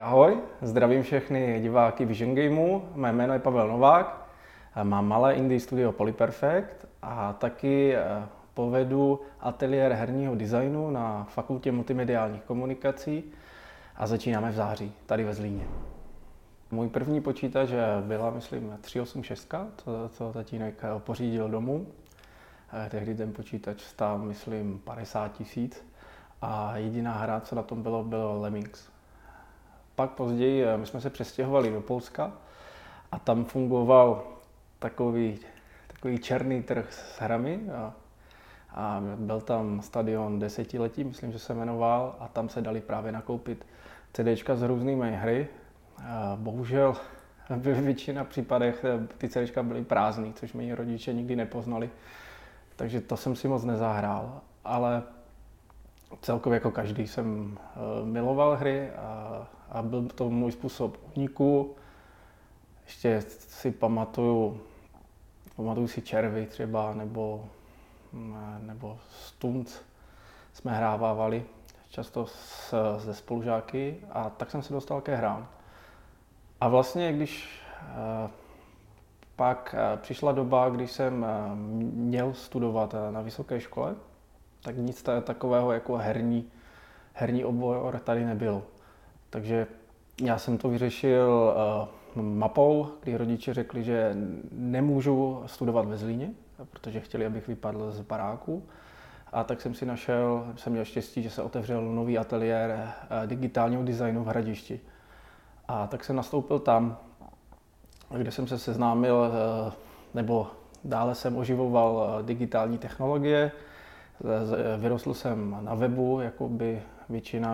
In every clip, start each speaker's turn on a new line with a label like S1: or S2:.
S1: Ahoj, zdravím všechny diváky Vision Gameu. Mé jméno je Pavel Novák, mám malé indie studio Polyperfect a taky povedu ateliér herního designu na Fakultě multimediálních komunikací a začínáme v září, tady ve Zlíně. Můj první počítač byla, myslím, 386, co tatínek pořídil domů. Tehdy ten počítač stál, myslím, 50 000 a jediná hra, co na tom bylo Lemmings. Pak později my jsme se přestěhovali do Polska a tam fungoval takový černý trh s hrami a byl tam Stadion desetiletí, myslím, že se jmenoval, a tam se dali právě nakoupit CDčka s různými hry. Bohužel ve většina případech ty CDčka byly prázdný, což mý rodiče nikdy nepoznali, takže to jsem si moc nezahrál, ale celkově jako každý jsem miloval hry a byl to můj způsob úniku. Ještě si pamatuju si červy třeba, nebo Stunc jsme hrávávali často se spolužáky, a tak jsem se dostal ke hrám. A vlastně, když pak přišla doba, když jsem měl studovat na vysoké škole, tak nic takového jako herní obor tady nebylo. Takže já jsem to vyřešil mapou, kdy rodiče řekli, že nemůžu studovat ve Zlíně, protože chtěli, abych vypadl z baráku. A tak jsem měl štěstí, že se otevřel nový ateliér digitálního designu v Hradišti. A tak jsem nastoupil tam, kde jsem se seznámil, nebo dále jsem oživoval digitální technologie. Vyrostl jsem na webu, jako by většina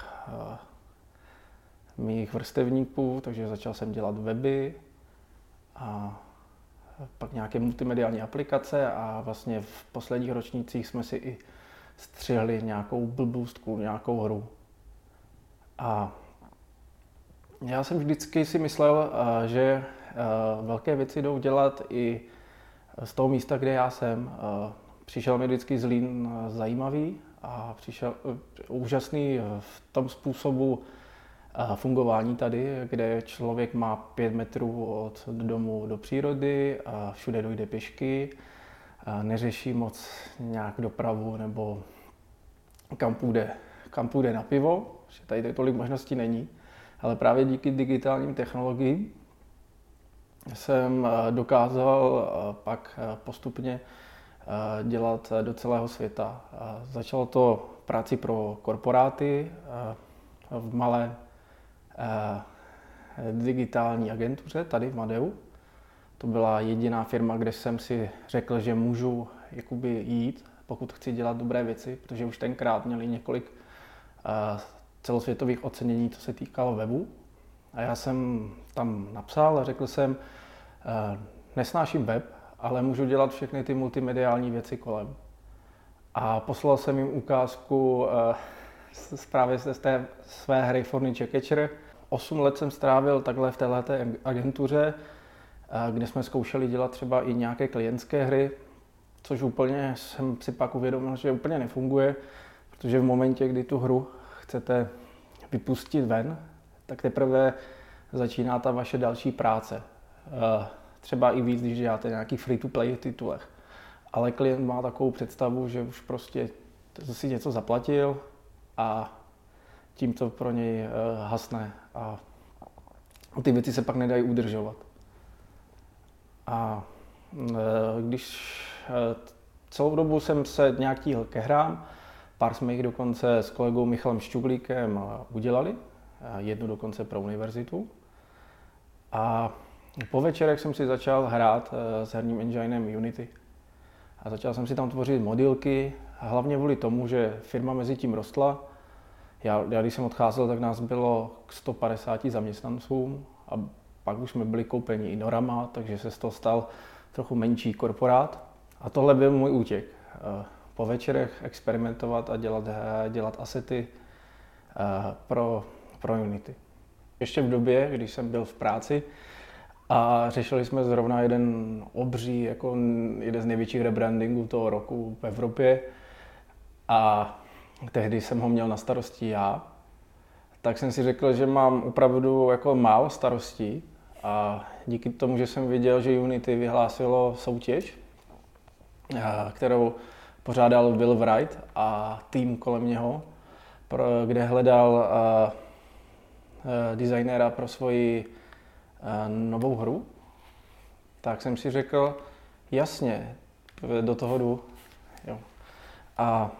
S1: mých vrstevníků, takže začal jsem dělat weby a pak nějaké multimediální aplikace, a vlastně v posledních ročnících jsme si i střihli nějakou blboostku, nějakou hru. A já jsem vždycky si myslel, že velké věci jdou dělat i z toho místa, kde já jsem. Přišel mi vždycky Zlín zajímavý a přišel úžasný v tom způsobu fungování tady, kde člověk má 5 metrů od domu do přírody a všude dojde pěšky, neřeší moc nějak dopravu nebo kam půjde na pivo, že tady tolik možností není, ale právě díky digitálním technologiím jsem dokázal pak postupně dělat do celého světa. Začalo to práci pro korporáty v malé digitální agentuře tady v Madeu. To byla jediná firma, kde jsem si řekl, že můžu jakoby jít, pokud chci dělat dobré věci, protože už tenkrát měli několik celosvětových ocenění, co se týkalo webu. A já jsem tam napsal a řekl jsem, nesnáším web, ale můžu dělat všechny ty multimediální věci kolem. A poslal jsem jim ukázku právě z té své hry Furniture Catcher. 8 let jsem strávil takhle v této agentuře, kde jsme zkoušeli dělat třeba i nějaké klientské hry, což úplně jsem si pak uvědomil, že úplně nefunguje, protože v momentě, kdy tu hru chcete vypustit ven, tak teprve začíná ta vaše další práce. Třeba i víc, když děláte nějaký free-to-play titulech. Ale klient má takovou představu, že už prostě si něco zaplatil a tím to pro něj hasne a ty věci se pak nedají udržovat. A když celou dobu jsem se nějak tíhl ke hrám, pár jsme jich dokonce s kolegou Michalem Šťuglíkem udělali, jednu dokonce pro univerzitu. A po večerech jsem si začal hrát s herním enginem Unity. A začal jsem si tam tvořit modilky, hlavně kvůli tomu, že firma mezi tím rostla. Já když jsem odcházel, tak nás bylo k 150 zaměstnancům a pak už jsme byli koupeni i Norama, takže se z toho stal trochu menší korporát. A tohle byl můj útěk. Po večerech experimentovat a dělat asety pro Unity. Ještě v době, když jsem byl v práci a řešili jsme zrovna jeden z největších rebrandingů toho roku v Evropě, a tehdy jsem ho měl na starosti já, tak jsem si řekl, že mám opravdu jako málo starostí a díky tomu, že jsem viděl, že Unity vyhlásilo soutěž, kterou pořádal Will Wright a tým kolem něho, kde hledal designéra pro svoji novou hru, tak jsem si řekl, jasně, do toho jdu. Jo. A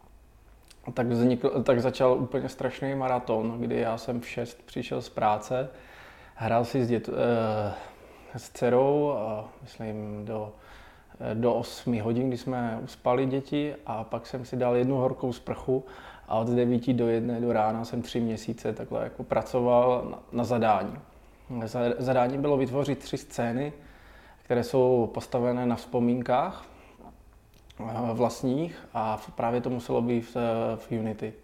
S1: tak začal úplně strašný maraton, kdy já jsem v 6 přišel z práce, hrál si s dcerou, myslím do 8 hodin, kdy jsme uspali děti, a pak jsem si dal jednu horkou sprchu a od 9 do 1 do rána jsem 3 měsíce takhle jako pracoval na zadání. Zadání bylo vytvořit 3 scény, které jsou postavené na vzpomínkách vlastních a právě to muselo být v Unity.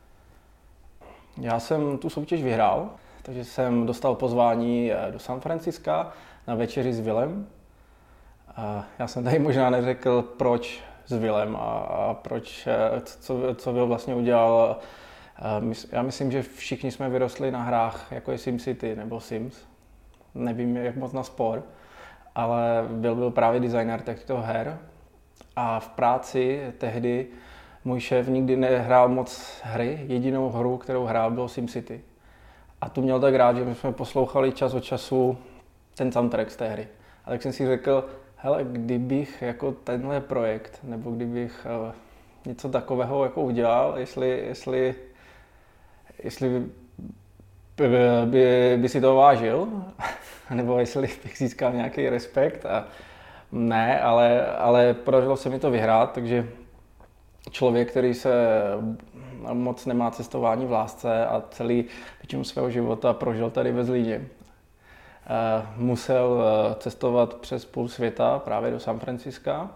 S1: Já jsem tu soutěž vyhrál, takže jsem dostal pozvání do San Francisca na večeři s Willem. Já jsem tady možná neřekl, proč s Willem a proč, co Will vlastně udělal. Já myslím, že všichni jsme vyrostli na hrách, jako je SimCity nebo Sims. Nevím, jak moc na spor, ale Will byl právě designer těchto her. A v práci tehdy můj šéf nikdy nehrál moc hry. Jedinou hru, kterou hrál, bylo SimCity. A tu měl tak rád, že my jsme poslouchali čas od času ten soundtrack z té hry. A tak jsem si řekl, hele, kdybych jako tenhle projekt, nebo kdybych něco takového jako udělal, jestli by si to vážil, nebo jestli bych získal nějaký respekt. A ne, ale podařilo se mi to vyhrát, takže člověk, který se moc nemá cestování v lásce a celý většinu svého života prožil tady ve Zlíně, musel cestovat přes půl světa právě do San Francisca.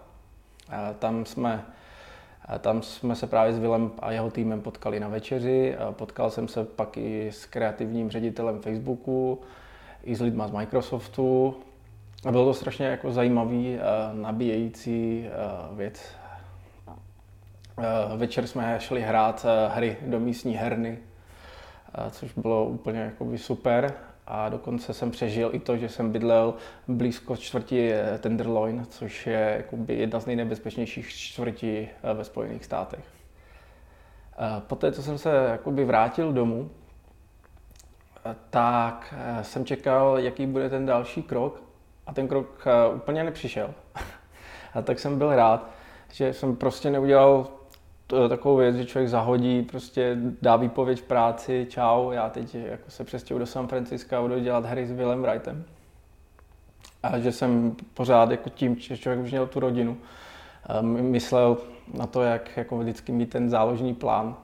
S1: Tam jsme se právě s Willem a jeho týmem potkali na večeři. Potkal jsem se pak i s kreativním ředitelem Facebooku, i s lidma z Microsoftu. A bylo to strašně jako zajímavý, nabíjející věc. Večer jsme šli hrát hry do místní herny, což bylo úplně jakoby super. A dokonce jsem přežil i to, že jsem bydlel blízko čtvrti Tenderloin, což je jakoby jedna z nejnebezpečnějších čtvrtí ve Spojených státech. Poté, co jsem se jakoby vrátil domů, tak jsem čekal, jaký bude ten další krok, a ten krok úplně nepřišel. A tak jsem byl rád, že jsem prostě neudělal takovou věc, že člověk zahodí, prostě dá výpověď v práci, čau, já teď jako se přestěhuji do San Francisca a budu dělat hry s Willem Wrightem. A že jsem pořád jako tím, že člověk už měl tu rodinu, myslel na to, jak jako vždycky mít ten záložní plán.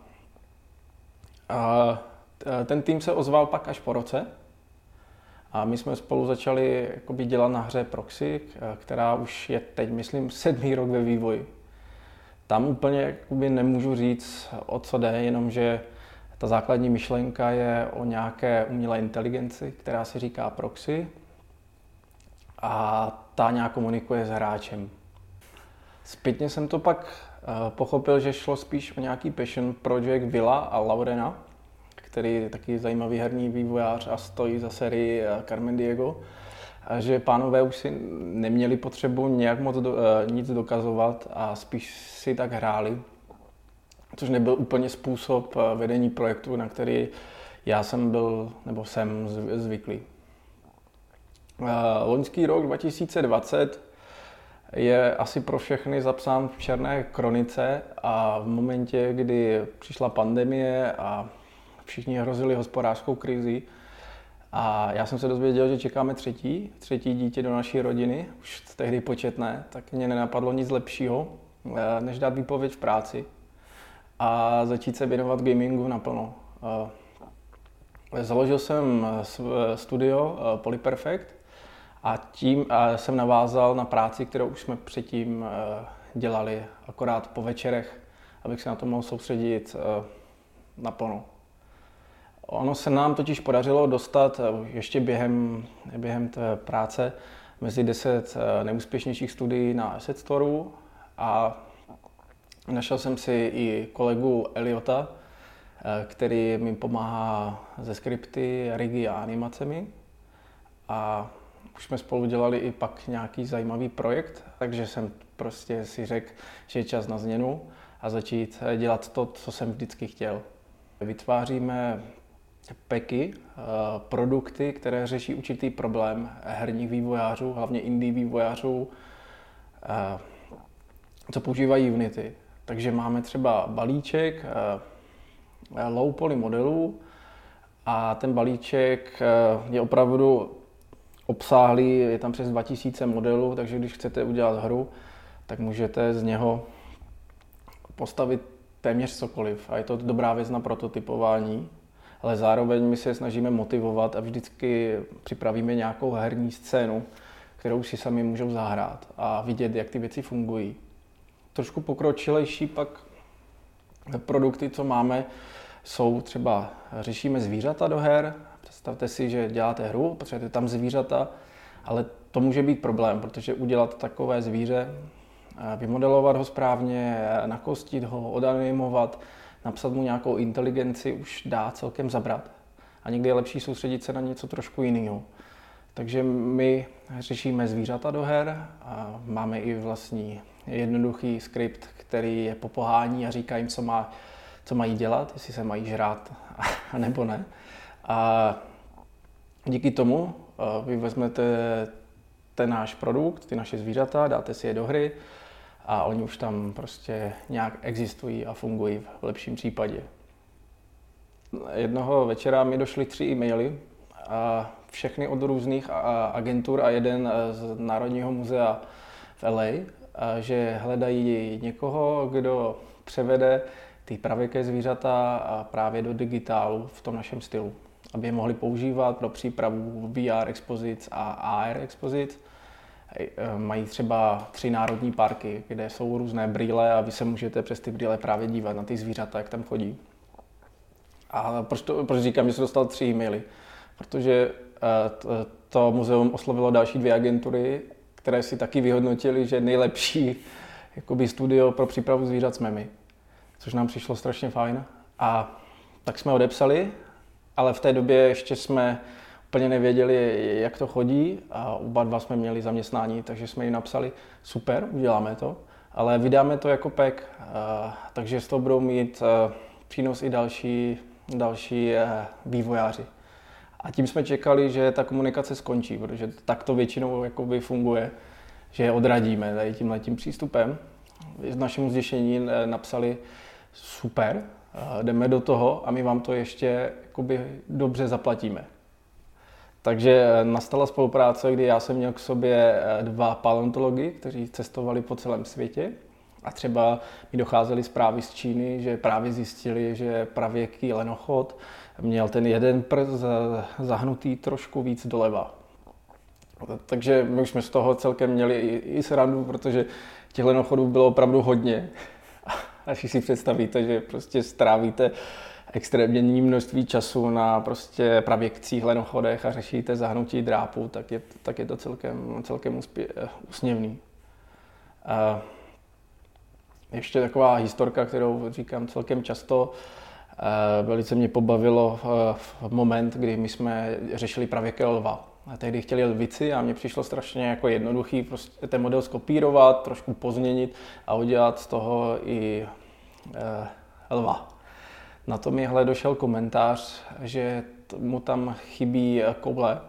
S1: A ten tým se ozval pak až po roce a my jsme spolu začali jakoby dělat na hře Proxy, která už je teď, myslím, 7. rok ve vývoji. Tam úplně jakoby nemůžu říct, o co jde, jenomže ta základní myšlenka je o nějaké umělé inteligenci, která se říká Proxy, a ta nějak komunikuje s hráčem. Zpětně jsem to pak pochopil, že šlo spíš o nějaký passion project Willa a Laurena, který je taky zajímavý herní vývojář a stojí za sérii Carmen Diego. A že pánové už si neměli potřebu nějak moc nic dokazovat a spíš si tak hráli, což nebyl úplně způsob vedení projektu, na který já jsem byl nebo jsem zvyklý. Loňský rok 2020 je asi pro všechny zapsán v černé kronice a v momentě, kdy přišla pandemie a všichni hrozili hospodářskou krizi, a já jsem se dozvěděl, že čekáme třetí dítě do naší rodiny, už tehdy početné, tak mě nenapadlo nic lepšího, než dát výpověď v práci a začít se věnovat gamingu naplno. Založil jsem studio Polyperfect a tím jsem navázal na práci, kterou už jsme předtím dělali, akorát po večerech, abych se na to mohl soustředit naplno. Ono se nám totiž podařilo dostat ještě během té práce mezi 10 nejúspěšnějších studií na Asset Storeu a našel jsem si i kolegu Eliota, který mi pomáhá se skripty, rigy a animacemi. A už jsme spolu dělali i pak nějaký zajímavý projekt, takže jsem prostě si řekl, že je čas na změnu a začít dělat to, co jsem vždycky chtěl. Vytváříme packy, produkty, které řeší určitý problém herních vývojářů, hlavně indie vývojářů, co používají Unity. Takže máme třeba balíček low poly modelů a ten balíček je opravdu obsáhlý, je tam přes 2000 modelů, takže když chcete udělat hru, tak můžete z něho postavit téměř cokoliv. A je to dobrá věc na prototypování, ale zároveň my se snažíme motivovat a vždycky připravíme nějakou herní scénu, kterou si sami můžou zahrát a vidět, jak ty věci fungují. Trošku pokročilejší pak produkty, co máme, jsou třeba řešíme zvířata do her. Představte si, že děláte hru, potřebujete tam zvířata, ale to může být problém, protože udělat takové zvíře, vymodelovat ho správně, nakostit ho, odanimovat, napsat mu nějakou inteligenci už dá celkem zabrat. A někdy je lepší soustředit se na něco trošku jiného. Takže my řešíme zvířata do her a máme i vlastní jednoduchý skript, který je popohání a říká jim, co mají dělat, jestli se mají žrát nebo ne. A díky tomu vy vezmete ten náš produkt, ty naše zvířata, dáte si je do hry a oni už tam prostě nějak existují a fungují v lepším případě. Jednoho večera mi došly 3 e-maily, a všechny od různých agentur a jeden z Národního muzea v LA, že hledají někoho, kdo převede ty pravěké zvířata a právě do digitálu v tom našem stylu, aby je mohli používat pro přípravu VR expozic a AR expozic. Mají třeba 3 národní parky, kde jsou různé brýle a vy se můžete přes ty brýle právě dívat na ty zvířata, jak tam chodí. A proč říkám, že jsem dostal 3 e-maily? Protože to muzeum oslovilo další 2 agentury, které si taky vyhodnotili, že nejlepší jakoby studio pro přípravu zvířat jsme my. Což nám přišlo strašně fajn. A tak jsme odepsali, ale v té době ještě jsme úplně nevěděli, jak to chodí a oba dva jsme měli zaměstnání, takže jsme jim napsali, super, uděláme to, ale vydáme to jako pack, takže z toho budou mít přínos i další vývojáři. A tím jsme čekali, že ta komunikace skončí, protože tak to většinou jakoby funguje, že je odradíme tady tímhletím přístupem. Z našemu zděšení napsali super, jdeme do toho a my vám to ještě jakoby dobře zaplatíme. Takže nastala spolupráce, kdy já jsem měl k sobě 2 paleontology, kteří cestovali po celém světě a třeba mi docházely zprávy z Číny, že právě zjistili, že pravěký lenochod měl ten jeden prst zahnutý trošku víc doleva. Takže my už jsme z toho celkem měli i srandu, protože těch lenochodů bylo opravdu hodně. Až si představíte, že prostě strávíte extrémně množství času na prostě pravěkcích lenochodech a řešíte zahnutí drápu, tak je to celkem úsměvný. Ještě taková historka, kterou říkám celkem často, velice mě pobavilo v moment, kdy my jsme řešili pravěkého lva. A tehdy chtěli lvici a mně přišlo strašně jako jednoduchý prostě ten model skopírovat, trošku pozměnit a udělat z toho i lva. Na to mi došel komentář, že mu tam chybí koule.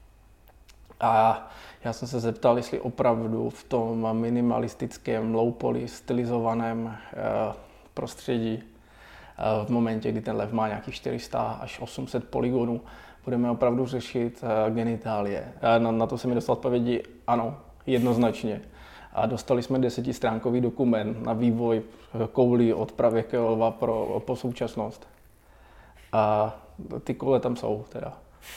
S1: A já jsem se zeptal, jestli opravdu v tom minimalistickém low poly stylizovaném prostředí v momentě, kdy ten lev má nějakých 400 až 800 polygonů, budeme opravdu řešit genitálie. Na to se mi dostal odpovědi ano, jednoznačně. A dostali jsme 10stránkový dokument na vývoj koulí od pravěkého lva po současnost. A ty koule tam jsou teda.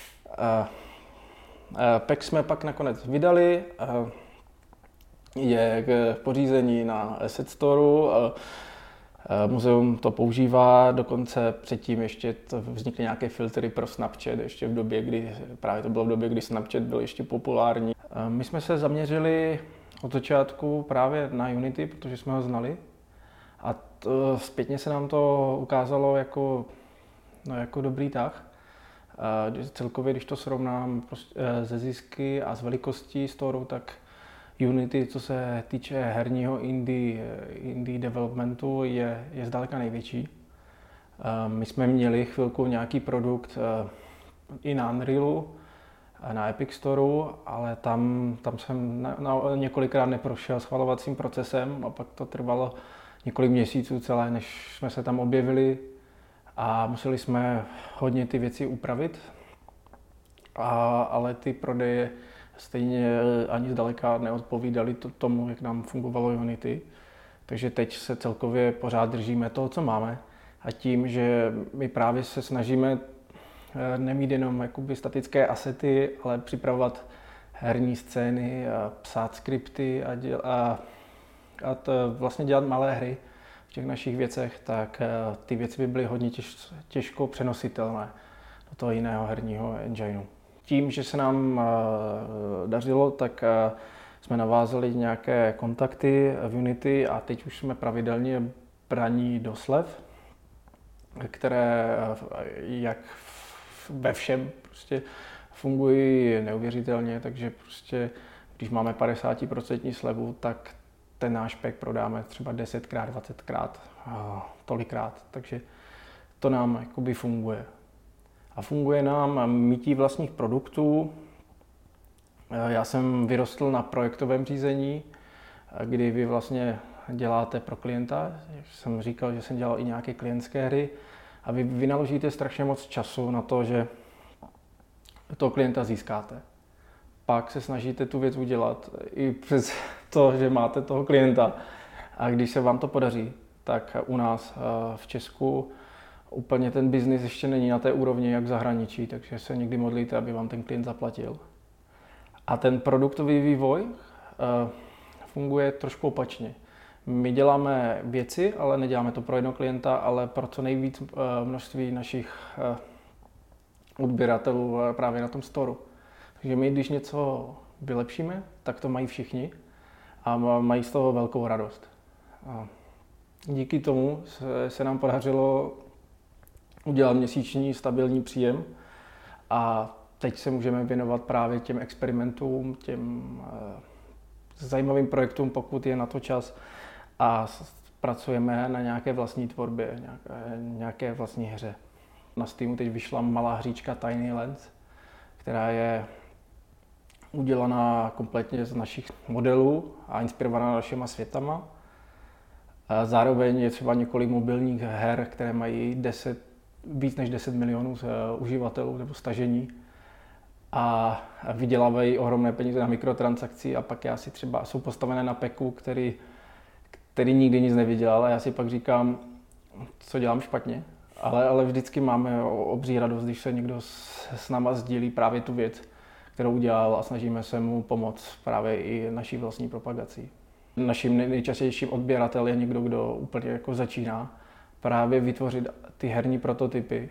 S1: Pack jsme pak nakonec vydali, je k pořízení na Asset Storeu. Muzeum to používá, dokonce předtím ještě vznikly nějaké filtry pro Snapchat, ještě v době, kdy Snapchat byl ještě populární. My jsme se zaměřili od začátku právě na Unity, protože jsme ho znali a zpětně se nám to ukázalo jako No jako dobrý tah. Celkově, když to srovnám ze zisky a z velikostí storu, tak Unity, co se týče herního indie developmentu, je zdaleka největší. My jsme měli chvilku nějaký produkt i na Unrealu, na Epic Storeu, ale tam jsem několikrát neprošel schvalovacím procesem a pak to trvalo několik měsíců celé, než jsme se tam objevili a museli jsme hodně ty věci upravit, ale ty prodeje stejně ani zdaleka neodpovídaly tomu, jak nám fungovalo Unity. Takže teď se celkově pořád držíme toho, co máme. A tím, že my právě se snažíme nemít jenom jakoby statické asety, ale připravovat herní scény, a psát skripty a vlastně dělat malé hry v těch našich věcech, tak ty věci by byly hodně těžko přenositelné do toho jiného herního engineu. Tím, že se nám dařilo, tak jsme navázali nějaké kontakty v Unity a teď už jsme pravidelně braní do slev, které jak ve všem prostě fungují neuvěřitelně, takže prostě když máme 50% slevu, tak ten náš pack prodáme třeba 10krát, 20krát, tolikrát, takže to nám jakoby funguje. A funguje nám mytí vlastních produktů. Já jsem vyrostl na projektovém řízení, kdy vy vlastně děláte pro klienta. Jsem říkal, že jsem dělal i nějaké klientské hry a vy vynaložíte strašně moc času na to, že toho klienta získáte. Pak se snažíte tu věc udělat i přes to, že máte toho klienta. A když se vám to podaří, tak u nás v Česku úplně ten biznis ještě není na té úrovni jak v zahraničí, takže se někdy modlíte, aby vám ten klient zaplatil. A ten produktový vývoj funguje trošku opačně. My děláme věci, ale neděláme to pro jednoho klienta, ale pro co nejvíc množství našich odběratelů právě na tom storu. Takže my, když něco vylepšíme, tak to mají všichni a mají z toho velkou radost. A díky tomu se nám podařilo udělat měsíční stabilní příjem a teď se můžeme věnovat právě těm experimentům, těm zajímavým projektům, pokud je na to čas a pracujeme na nějaké vlastní tvorbě, nějaké vlastní hře. Na Steamu teď vyšla malá hříčka Tiny Lands, která je udělaná kompletně z našich modelů a inspirovaná našima světama. A zároveň je třeba několik mobilních her, které mají víc než 10 milionů uživatelů nebo stažení a vydělávají ohromné peníze na mikrotransakcí a pak já si třeba jsou postavené na peku, který nikdy nic nevydělal a já si pak říkám, co dělám špatně. Ale vždycky máme obří radost, když se někdo s náma sdílí právě tu věc, kterou udělal a snažíme se mu pomoct právě i naší vlastní propagací. Naším nejčastějším odběratelem je někdo, kdo úplně jako začíná právě vytvořit ty herní prototypy,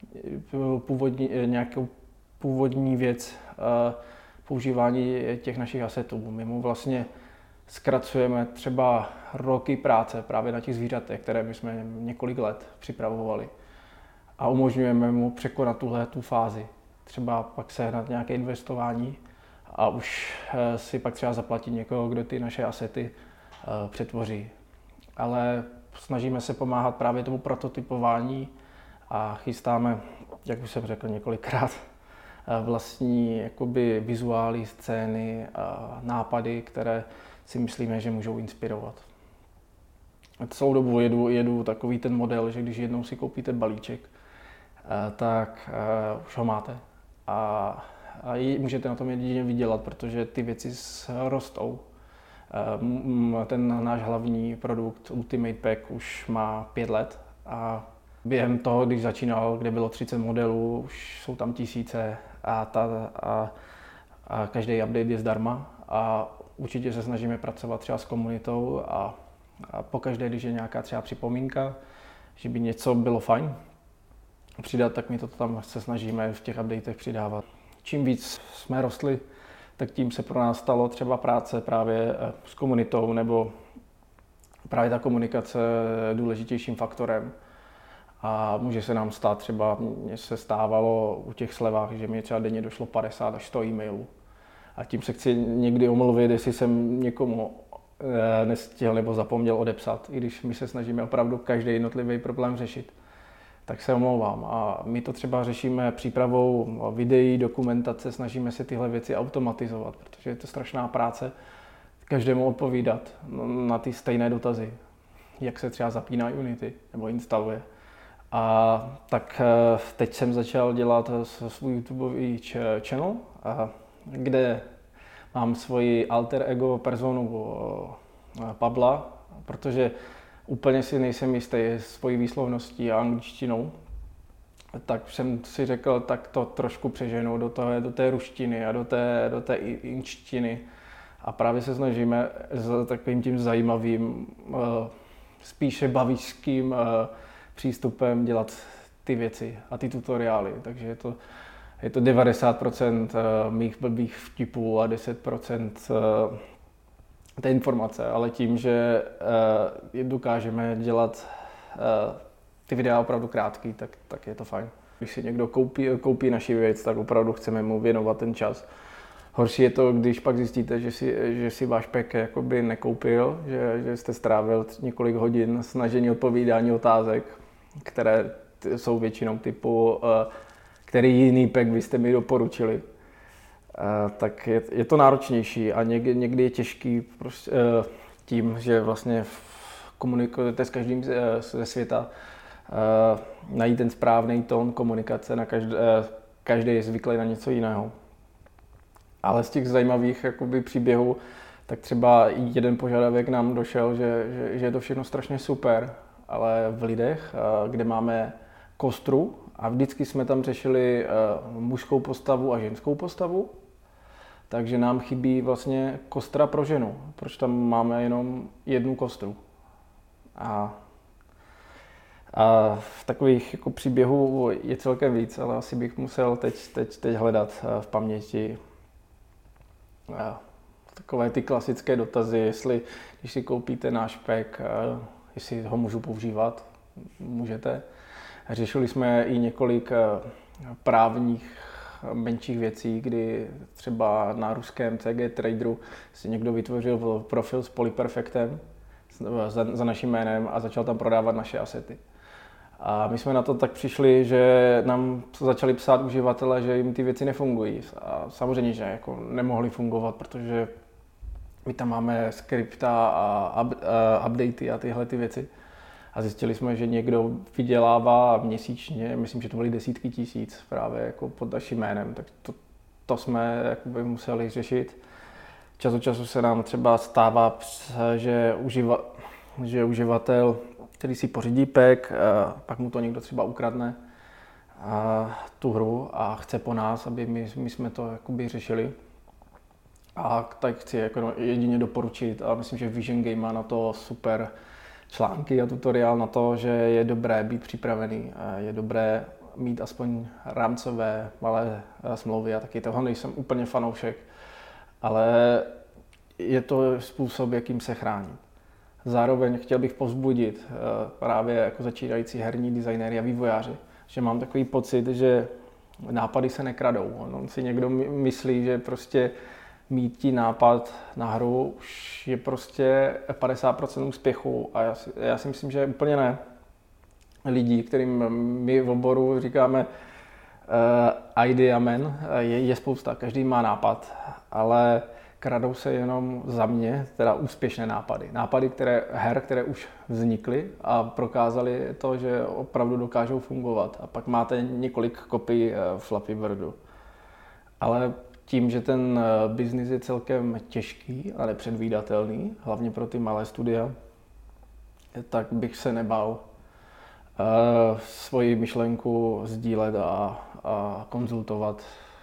S1: nějakou původní věc, používání těch našich asetů. My mu vlastně zkracujeme třeba roky práce právě na těch zvířatech, které my jsme několik let připravovali. A umožňujeme mu překonat tu fázi. Třeba pak sehnat nějaké investování a už si pak třeba zaplatit někoho, kdo ty naše asety přetvoří. Ale snažíme se pomáhat právě tomu prototypování a chystáme, jak už jsem řekl několikrát, vlastní jakoby vizuály, scény a nápady, které si myslíme, že můžou inspirovat. Celou dobu jedu takový ten model, že když jednou si koupíte balíček, tak už ho máte. A můžete na tom jedině vydělat, protože ty věci rostou. Ten náš hlavní produkt Ultimate Pack už má 5 let a během toho, když začínal, kde bylo 30 modelů, už jsou tam tisíce a každý update je zdarma a určitě se snažíme pracovat třeba s komunitou a pokaždé, když je nějaká třeba připomínka, že by něco bylo fajn přidat, tak my to tam se snažíme v těch updatech přidávat. Čím víc jsme rostli, tak tím se pro nás stalo třeba práce právě s komunitou nebo právě ta komunikace důležitějším faktorem. A může se nám stát třeba, mně se stávalo u těch slevách, že mi třeba denně došlo 50 až 100 e-mailů. A tím se chci někdy omluvit, jestli jsem někomu nestihl nebo zapomněl odepsat, i když my se snažíme opravdu každý jednotlivý problém řešit. Tak se omlouvám. A my to třeba řešíme přípravou videí, dokumentace, snažíme se tyhle věci automatizovat, protože je to strašná práce každému odpovídat na ty stejné dotazy, jak se třeba zapíná Unity nebo instaluje. A tak teď jsem začal dělat svůj YouTubeový channel, kde mám svoji alter ego personu Pavla, protože úplně si nejsem jistý svojí výslovností a angličtinou. Tak jsem si řekl, tak to trošku přeženu do té ruštiny a do té inštiny. A právě se snažíme s takovým tím zajímavým, spíše bavířským přístupem dělat ty věci a ty tutoriály. Takže je to 90% mých blbých vtipů a 10% té informace, ale tím, že dokážeme dělat ty videa opravdu krátký, tak je to fajn. Když si někdo koupí naši věc, tak opravdu chceme mu věnovat ten čas. Horší je to, když pak zjistíte, že si váš pek jakoby nekoupil, že jste strávil několik hodin snažení odpovídání otázek, které jsou většinou typu, který jiný pek byste mi doporučili. Tak je to náročnější a někdy je těžký prostě, tím, že vlastně komunikujete s každým ze světa, najít ten správný tón komunikace, každý je zvyklý na něco jiného. Ale z těch zajímavých jakoby, příběhů, tak třeba jeden požadavek nám došel, že je to všechno strašně super, ale v lidech, kde máme kostru a vždycky jsme tam řešili mužskou postavu a ženskou postavu, takže nám chybí vlastně kostra pro ženu. Proč tam máme jenom jednu kostru? A v takových jako příběhů je celkem víc, ale asi bych musel teď hledat v paměti takové ty klasické dotazy, jestli když si koupíte náš pek, jestli ho můžu používat, můžete. Řešili jsme i několik právních menších věcí, kdy třeba na ruském CG Traderu si někdo vytvořil profil s Polyperfectem za naším jménem a začal tam prodávat naše asety. A my jsme na to tak přišli, že nám začali psát uživatelé, že jim ty věci nefungují. A samozřejmě, že jako nemohly fungovat, protože my tam máme skripta a updaty a tyhle ty věci. A zjistili jsme, že někdo vydělává měsíčně, myslím, že to byly desítky tisíc právě jako pod naším jménem, tak to jsme jakoby museli řešit. Čas od času se nám třeba stává, že uživatel, který si pořídí pek, pak mu to někdo třeba ukradne tu hru a chce po nás, aby my jsme to jakoby řešili. A tak chci jako jedině doporučit a myslím, že Vision Game má na to super články a tutoriál na to, že je dobré být připravený, je dobré mít aspoň rámcové malé smlouvy. Já taky toho nejsem úplně fanoušek, ale je to způsob, jakým se chránit. Zároveň chtěl bych povzbudit právě jako začínající herní designéry a vývojáři, že mám takový pocit, že nápady se nekradou. On si někdo myslí, že prostě mít tí nápad na hru už je prostě 50% úspěchu a já si myslím, že úplně ne. Lidí, kterým my v oboru říkáme idea man, je spousta, každý má nápad, ale kradou se jenom za mě, teda úspěšné nápady. Nápady které už vznikly a prokázaly to, že opravdu dokážou fungovat. A pak máte několik kopií Flappy Birdu. Ale tím, že ten biznis je celkem těžký a nepředvídatelný, hlavně pro ty malé studia, tak bych se nebál svoji myšlenku sdílet a konzultovat,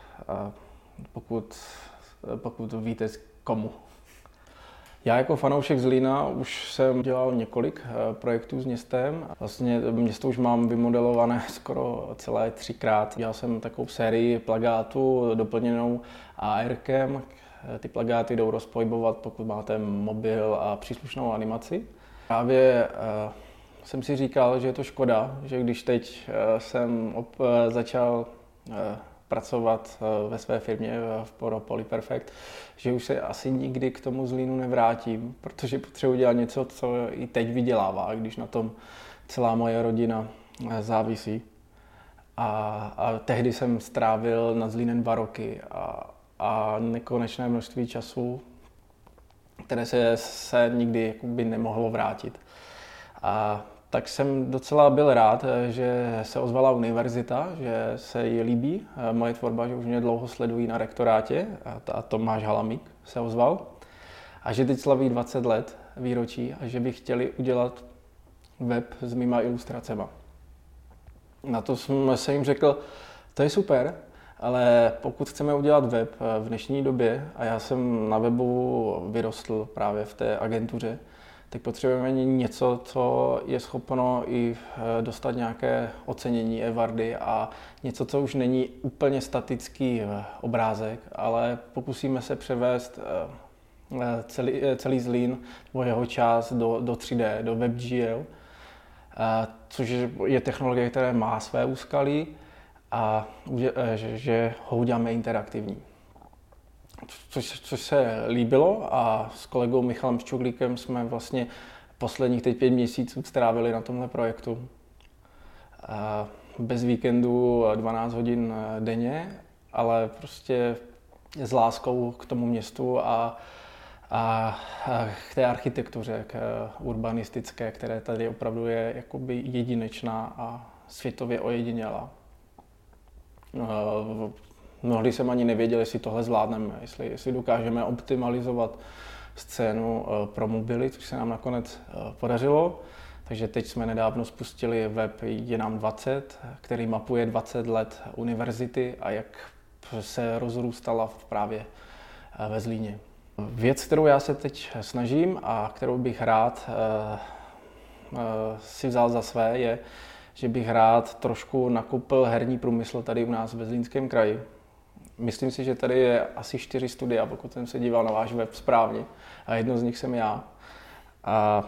S1: pokud víte komu. Já jako fanoušek Zlína už jsem dělal několik projektů s městem. Vlastně město už mám vymodelované skoro celé 3krát. Dělal jsem takovou sérii plakátů doplněnou ARkem. Ty plakáty jdou rozpohybovat, pokud máte mobil a příslušnou animaci. Právě jsem si říkal, že je to škoda, že když teď jsem začal pracovat ve své firmě v Polyperfect, že už se asi nikdy k tomu zlínu nevrátím, protože potřebuji dělat něco, co i teď vydělává, když na tom celá moje rodina závisí. A tehdy jsem strávil nad Zlínem 2 roky a nekonečné množství času, které se nikdy jakoby nemohlo vrátit. A tak jsem docela byl rád, že se ozvala univerzita, že se jí líbí moje tvorba, že už mě dlouho sledují na rektorátě a Tomáš Halamík se ozval. A že teď slaví 20 let výročí a že by chtěli udělat web s mýma ilustracema. Na to jsem se jim řekl, to je super, ale pokud chceme udělat web v dnešní době, a já jsem na webu vyrostl právě v té agentuře, tak potřebujeme něco, co je schopno i dostat nějaké ocenění Evardy a něco, co už není úplně statický obrázek, ale pokusíme se převést celý Zlín nebo jeho část do 3D, do WebGL, což je technologie, která má své úskalí a že ho uděláme interaktivní. Což se líbilo a s kolegou Michalem Ščuglíkem jsme vlastně posledních teď 5 měsíců strávili na tomhle projektu. Bez víkendu 12 hodin denně, ale prostě s láskou k tomu městu a k té architektuře, k urbanistické, které tady opravdu je jakoby jedinečná a světově ojedinělá. Mnohdy jsem ani nevěděl, jestli tohle zvládneme, jestli dokážeme optimalizovat scénu pro mobily, což se nám nakonec podařilo. Takže teď jsme nedávno spustili web Je nám 20, který mapuje 20 let univerzity a jak se rozrůstala právě ve Zlíně. Věc, kterou já se teď snažím a kterou bych rád si vzal za své, je, že bych rád trošku nakoupil herní průmysl tady u nás ve Zlínském kraji. Myslím si, že tady je asi 4 studia, pokud jsem se díval na váš web správně, a jedno z nich jsem já. A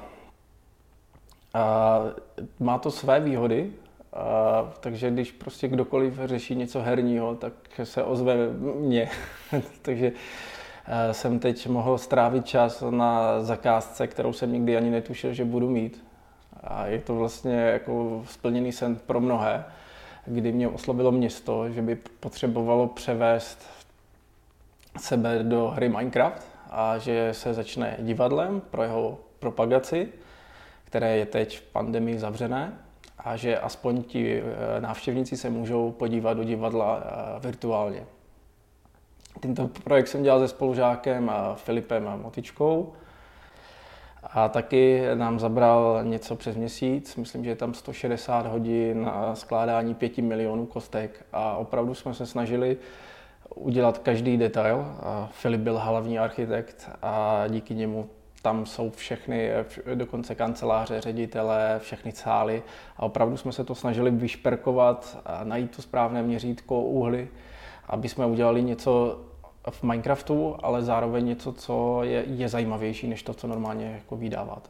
S1: má to své výhody, takže když prostě kdokoliv řeší něco herního, tak se ozve mě. Takže jsem teď mohl strávit čas na zakázce, kterou jsem nikdy ani netušil, že budu mít. A je to vlastně jako splněný sen pro mnohé, kdy mě oslovilo město, že by potřebovalo převést sebe do hry Minecraft a že se začne divadlem pro jeho propagaci, které je teď v pandemii zavřené, a že aspoň ti návštěvníci se můžou podívat do divadla virtuálně. Tento projekt jsem dělal se spolužákem Filipem Motičkou a taky nám zabral něco přes měsíc. Myslím, že je tam 160 hodin na skládání 5 milionů kostek a opravdu jsme se snažili udělat každý detail. Filip byl hlavní architekt a díky němu tam jsou všechny, dokonce kanceláře, ředitelé, všechny sály a opravdu jsme se to snažili vyšperkovat a najít to správné měřítko, úhly, aby jsme udělali něco v Minecraftu, ale zároveň něco, co je zajímavější než to, co normálně jako vydáváte.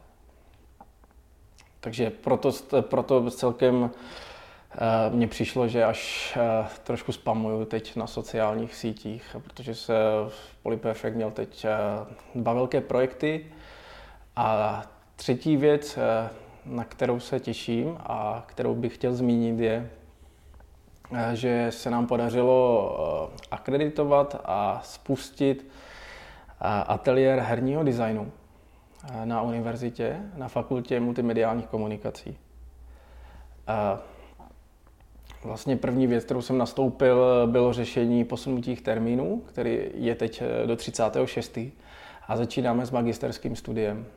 S1: Takže proto celkem mně přišlo, že až trošku spamuju teď na sociálních sítích, protože se Polyperfect měl teď 2 velké projekty. A třetí věc, na kterou se těším a kterou bych chtěl zmínit, je, že se nám podařilo akreditovat a spustit ateliér herního designu na univerzitě, na fakultě multimediálních komunikací. Vlastně první věc, kterou jsem nastoupil, bylo řešení posunutých termínů, který je teď do 36. a začínáme s magisterským studiem,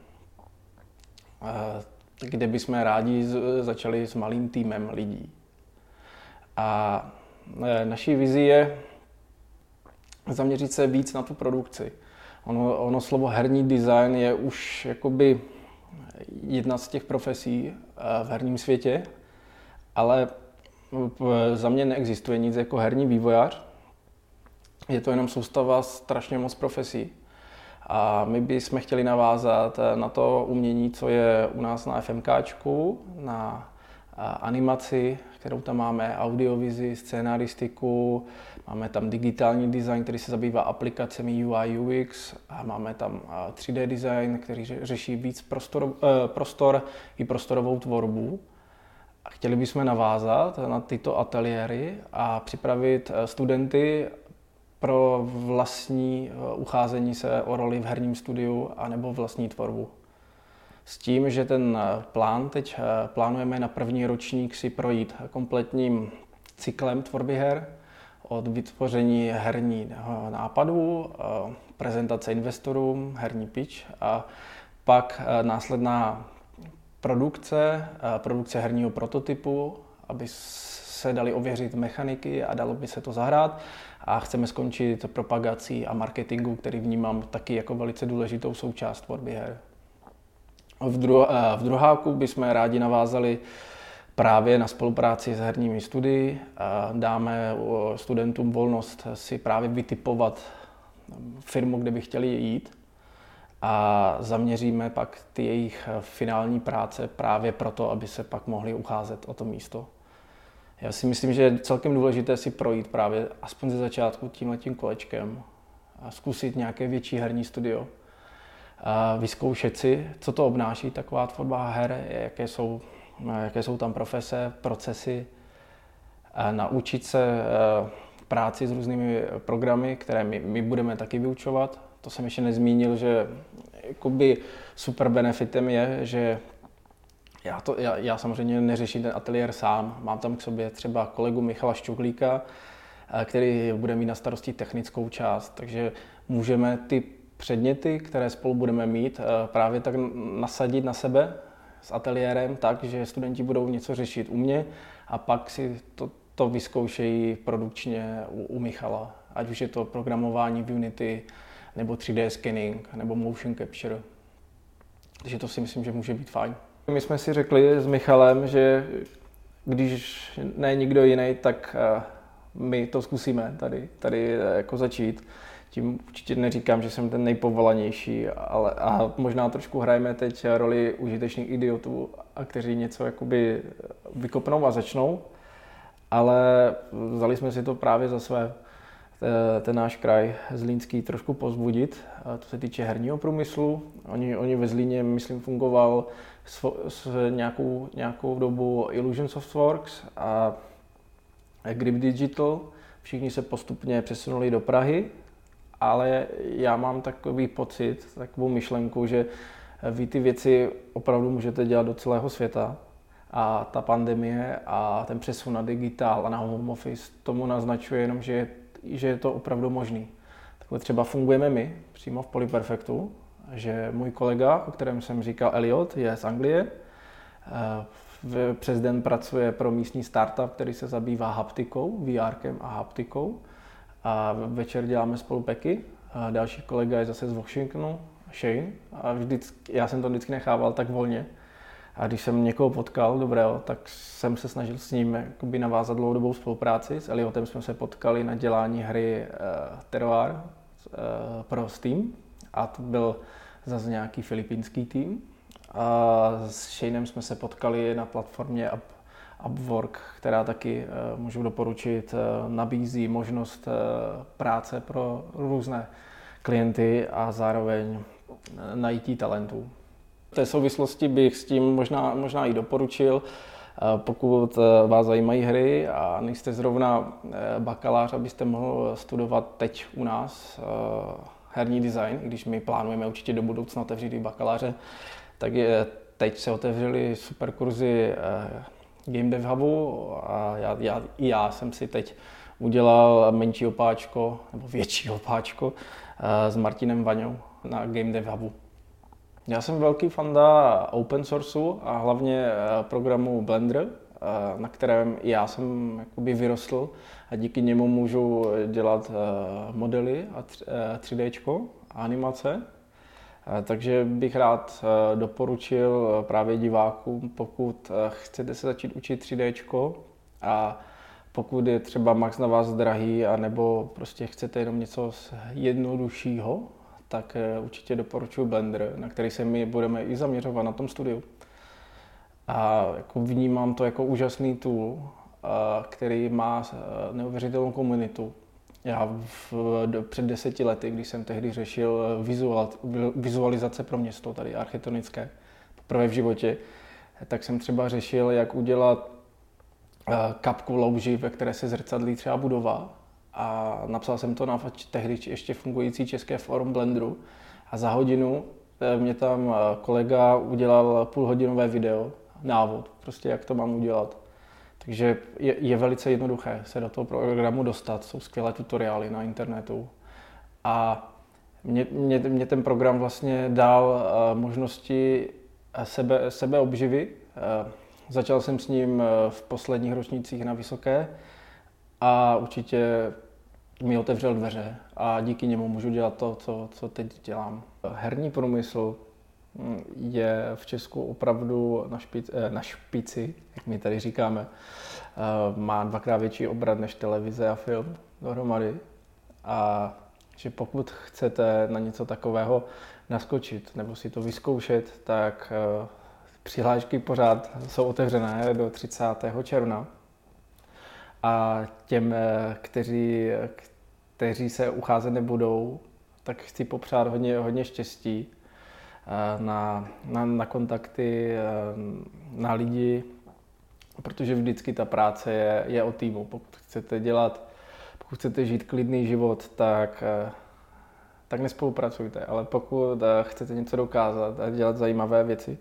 S1: kde bychom rádi začali s malým týmem lidí. A naší vizí je zaměřit se víc na tu produkci. Ono slovo herní design je už jakoby jedna z těch profesí v herním světě, ale za mě neexistuje nic jako herní vývojář. Je to jenom soustava strašně moc profesí. A my bychom chtěli navázat na to umění, co je u nás na FMKčku, na animaci, kterou tam máme, audiovizi, scénaristiku, máme tam digitální design, který se zabývá aplikacemi UI, UX a máme tam 3D design, který řeší víc prostor i prostorovou tvorbu. A chtěli bychom navázat na tyto ateliéry a připravit studenty pro vlastní ucházení se o roli v herním studiu anebo vlastní tvorbu. S tím, že ten plán teď plánujeme na první ročník si projít kompletním cyklem tvorby her, od vytvoření herního nápadu, prezentace investorům, herní pitch a pak následná produkce herního prototypu, aby se daly ověřit mechaniky a dalo by se to zahrát. A chceme skončit propagací a marketingu, který vnímám taky jako velice důležitou součást tvorby her. V druháku bychom rádi navázali právě na spolupráci s herními studii. Dáme studentům volnost si právě vytipovat firmu, kde by chtěli jít. A zaměříme pak ty jejich finální práce právě proto, aby se pak mohli ucházet o to místo. Já si myslím, že je celkem důležité si projít právě aspoň ze začátku tímhletím kolečkem a zkusit nějaké větší herní studio. A vyzkoušet si, co to obnáší taková tvorba her, jaké jsou tam profese, procesy. A naučit se práci s různými programy, které my budeme taky vyučovat. To jsem ještě nezmínil, že jakoby super benefitem je, že já samozřejmě neřeším ten ateliér sám. Mám tam k sobě třeba kolegu Michala Šťuklíka, který bude mít na starosti technickou část, takže můžeme ty předměty, které spolu budeme mít, právě tak nasadit na sebe s ateliérem tak, že studenti budou něco řešit u mě a pak si to vyzkoušejí produkčně u Michala. Ať už je to programování v Unity, nebo 3D scanning, nebo motion capture. Takže to si myslím, že může být fajn. My jsme si řekli s Michalem, že když ne nikdo jiný, tak my to zkusíme tady jako začít. Tím určitě neříkám, že jsem ten nejpovolanější, ale a možná trošku hrajeme teď roli užitečných idiotů, a kteří něco jakoby vykopnou a začnou. Ale vzali jsme si to právě za své, ten náš kraj Zlínský trošku povzbudit, to se týče herního průmyslu. Oni ve Zlíně, myslím, fungoval s nějakou dobu Illusion Softworks a Grip Digital. Všichni se postupně přesunuli do Prahy, ale já mám takový pocit, takovou myšlenku, že vy ty věci opravdu můžete dělat do celého světa. A ta pandemie a ten přesun na digitál a na home office tomu naznačuje jenom, že je to opravdu možný. Takhle třeba fungujeme my přímo v Polyperfectu, že můj kolega, o kterém jsem říkal Elliot, je z Anglie. Přes den pracuje pro místní startup, který se zabývá haptikou, VRkem a haptikou. A večer děláme spolu peky. A další kolega je zase z Washingtonu, Shane. A já jsem to vždycky nechával tak volně. A když jsem někoho potkal dobrého, tak jsem se snažil s ním navázat dlouhodobou spolupráci. S Eliotem jsme se potkali na dělání hry Terroir pro Steam. A to byl zase nějaký filipínský tým. A s Shanem jsme se potkali na platformě Upwork, která taky můžu doporučit, nabízí možnost práce pro různé klienty a zároveň najítí talentů. V té souvislosti bych s tím možná i doporučil, pokud vás zajímají hry a nejste zrovna bakalář, abyste mohl studovat teď u nás herní design, i když my plánujeme určitě do budoucna otevřít i bakaláře, tak teď se otevřely super kurzy Game Dev Hubu a já jsem si teď udělal menší opáčko, nebo větší opáčko s Martinem Vaňou na Game Dev Hubu. Já jsem velký fanda open sourceu a hlavně programu Blender, na kterém já jsem jakoby vyrostl a díky němu můžu dělat modely a 3D a animace. Takže bych rád doporučil právě divákům, pokud chcete se začít učit 3D a pokud je třeba max na vás drahý, anebo prostě chcete jenom něco jednoduššího, tak určitě doporučuji Blender, na který se my budeme i zaměřovat na tom studiu. A jako vnímám to jako úžasný tool, který má neuvěřitelnou komunitu. Já před 10 lety, když jsem tehdy řešil vizualizace pro město, tady architektonické, poprvé v životě, tak jsem třeba řešil, jak udělat kapku louži, ve které se zrcadlí třeba budova. A napsal jsem to na tehdy ještě fungující české fórum Blenderu. A za hodinu mě tam kolega udělal půlhodinové video, návod, prostě jak to mám udělat. Takže je velice jednoduché se do toho programu dostat, jsou skvělé tutoriály na internetu. A mě ten program vlastně dal možnosti sebeobživy. Začal jsem s ním v posledních ročnících na vysoké a určitě mi otevřel dveře a díky němu můžu dělat to, co teď dělám. Herní průmysl je v Česku opravdu na špici, jak my tady říkáme. Má 2x větší obrat než televize a film dohromady. A že pokud chcete na něco takového naskočit nebo si to vyzkoušet, tak přihlášky pořád jsou otevřené do 30. června. A těm, kteří se ucházet nebudou, tak chci popřát hodně štěstí na kontakty, na lidi, protože vždycky ta práce je o týmu. Pokud chcete žít klidný život, tak nespolupracujte, ale pokud chcete něco dokázat a dělat zajímavé věci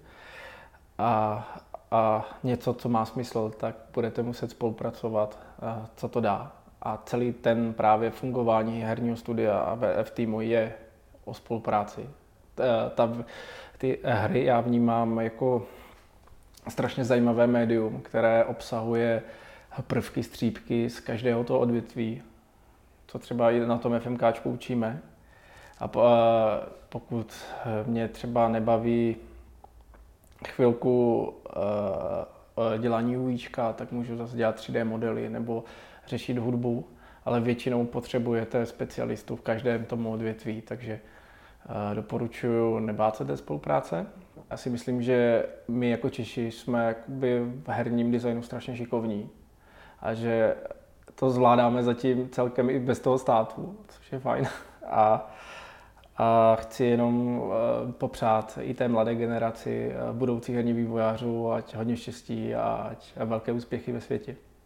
S1: a něco, co má smysl, tak budete muset spolupracovat, co to dá. A celý ten právě fungování herního studia a v týmu je o spolupráci. Ty hry já vnímám jako strašně zajímavé médium, které obsahuje prvky, střípky z každého toho odvětví, co třeba i na tom FMKčku učíme. A pokud mě třeba nebaví chvilku dělání UIčka, tak můžu zase dělat 3D modely nebo řešit hudbu, ale většinou potřebujete specialistu v každém tomu odvětví, takže doporučuji nebát se té spolupráce. Já si myslím, že my jako Češi jsme v herním designu strašně šikovní a že to zvládáme zatím celkem i bez toho státu, což je fajn. A chci jenom popřát i té mladé generaci budoucích herních vývojářů, ať hodně štěstí a velké úspěchy ve světě.